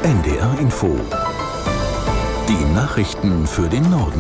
NDR Info. Die Nachrichten für den Norden.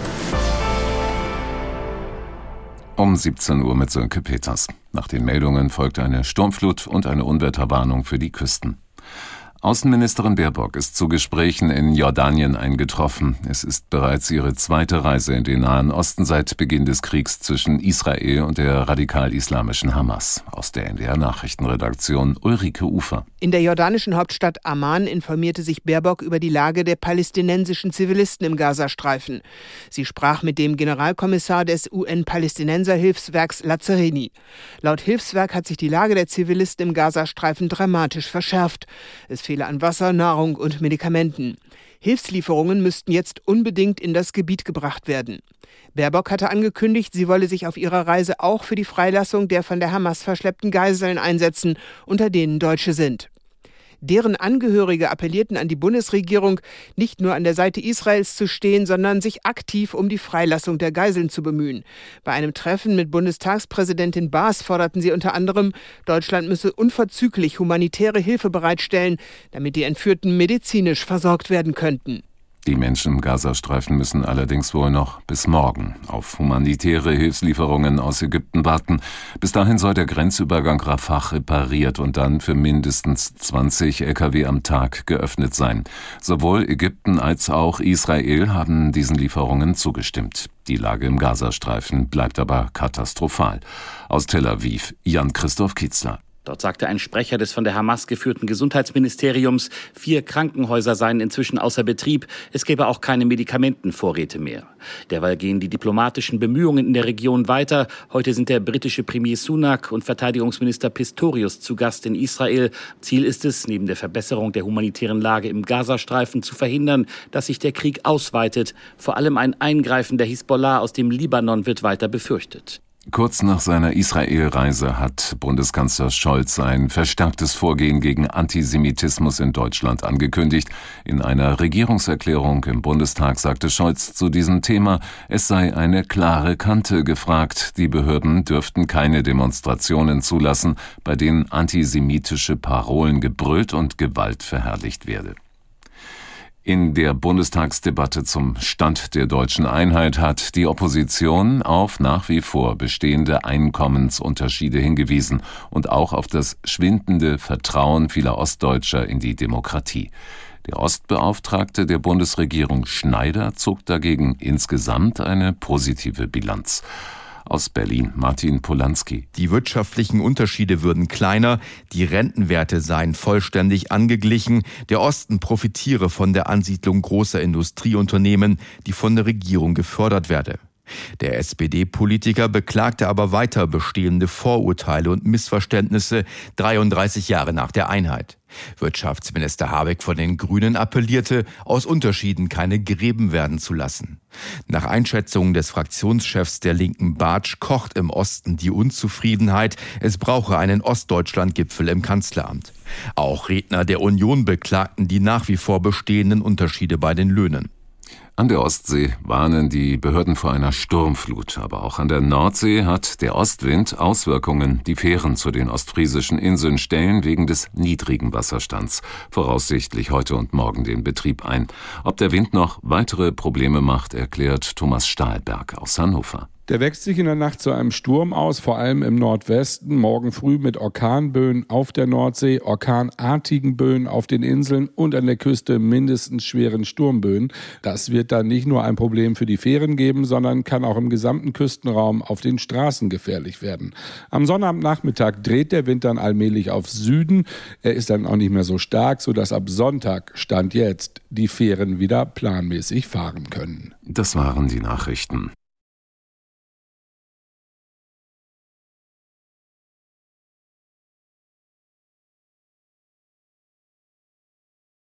Um 17 Uhr mit Sönke Peters. Nach den Meldungen folgt eine Sturmflut und eine Unwetterwarnung für die Küsten. Außenministerin Baerbock ist zu Gesprächen in Jordanien eingetroffen. Es ist bereits ihre zweite Reise in den Nahen Osten seit Beginn des Kriegs zwischen Israel und der radikal-islamischen Hamas. Aus der NDR-Nachrichtenredaktion Ulrike Ufer. In der jordanischen Hauptstadt Amman informierte sich Baerbock über die Lage der palästinensischen Zivilisten im Gazastreifen. Sie sprach mit dem Generalkommissar des UN-Palästinenser-Hilfswerks Lazzarini. Laut Hilfswerk hat sich die Lage der Zivilisten im Gazastreifen dramatisch verschärft. Es fehle an Wasser, Nahrung und Medikamenten. Hilfslieferungen müssten jetzt unbedingt in das Gebiet gebracht werden. Baerbock hatte angekündigt, sie wolle sich auf ihrer Reise auch für die Freilassung der von der Hamas verschleppten Geiseln einsetzen, unter denen Deutsche sind. Deren Angehörige appellierten an die Bundesregierung, nicht nur an der Seite Israels zu stehen, sondern sich aktiv um die Freilassung der Geiseln zu bemühen. Bei einem Treffen mit Bundestagspräsidentin Baas forderten sie unter anderem, Deutschland müsse unverzüglich humanitäre Hilfe bereitstellen, damit die Entführten medizinisch versorgt werden könnten. Die Menschen im Gazastreifen müssen allerdings wohl noch bis morgen auf humanitäre Hilfslieferungen aus Ägypten warten. Bis dahin soll der Grenzübergang Rafah repariert und dann für mindestens 20 Lkw am Tag geöffnet sein. Sowohl Ägypten als auch Israel haben diesen Lieferungen zugestimmt. Die Lage im Gazastreifen bleibt aber katastrophal. Aus Tel Aviv, Jan-Christoph Kitzler. Dort sagte ein Sprecher des von der Hamas geführten Gesundheitsministeriums, 4 Krankenhäuser seien inzwischen außer Betrieb, es gäbe auch keine Medikamentenvorräte mehr. Derweil gehen die diplomatischen Bemühungen in der Region weiter. Heute sind der britische Premier Sunak und Verteidigungsminister Pistorius zu Gast in Israel. Ziel ist es, neben der Verbesserung der humanitären Lage im Gazastreifen zu verhindern, dass sich der Krieg ausweitet. Vor allem ein Eingreifen der Hisbollah aus dem Libanon wird weiter befürchtet. Kurz nach seiner Israel-Reise hat Bundeskanzler Scholz ein verstärktes Vorgehen gegen Antisemitismus in Deutschland angekündigt. In einer Regierungserklärung im Bundestag sagte Scholz zu diesem Thema, es sei eine klare Kante gefragt. Die Behörden dürften keine Demonstrationen zulassen, bei denen antisemitische Parolen gebrüllt und Gewalt verherrlicht werde. In der Bundestagsdebatte zum Stand der deutschen Einheit hat die Opposition auf nach wie vor bestehende Einkommensunterschiede hingewiesen und auch auf das schwindende Vertrauen vieler Ostdeutscher in die Demokratie. Der Ostbeauftragte der Bundesregierung Schneider zog dagegen insgesamt eine positive Bilanz. Aus Berlin, Martin Polanski. Die wirtschaftlichen Unterschiede würden kleiner, die Rentenwerte seien vollständig angeglichen, der Osten profitiere von der Ansiedlung großer Industrieunternehmen, die von der Regierung gefördert werde. Der SPD-Politiker beklagte aber weiter bestehende Vorurteile und Missverständnisse 33 Jahre nach der Einheit. Wirtschaftsminister Habeck von den Grünen appellierte, aus Unterschieden keine Gräben werden zu lassen. Nach Einschätzung des Fraktionschefs der Linken Bartsch kocht im Osten die Unzufriedenheit, es brauche einen Ostdeutschland-Gipfel im Kanzleramt. Auch Redner der Union beklagten die nach wie vor bestehenden Unterschiede bei den Löhnen. An der Ostsee warnen die Behörden vor einer Sturmflut, aber auch an der Nordsee hat der Ostwind Auswirkungen. Die Fähren zu den ostfriesischen Inseln stellen wegen des niedrigen Wasserstands voraussichtlich heute und morgen den Betrieb ein. Ob der Wind noch weitere Probleme macht, erklärt Thomas Stahlberg aus Hannover. Der wächst sich in der Nacht zu einem Sturm aus, vor allem im Nordwesten. Morgen früh mit Orkanböen auf der Nordsee, orkanartigen Böen auf den Inseln und an der Küste mindestens schweren Sturmböen. Das wird dann nicht nur ein Problem für die Fähren geben, sondern kann auch im gesamten Küstenraum auf den Straßen gefährlich werden. Am Sonnabendnachmittag dreht der Wind dann allmählich auf Süden. Er ist dann auch nicht mehr so stark, sodass ab Sonntag, Stand jetzt, die Fähren wieder planmäßig fahren können. Das waren die Nachrichten.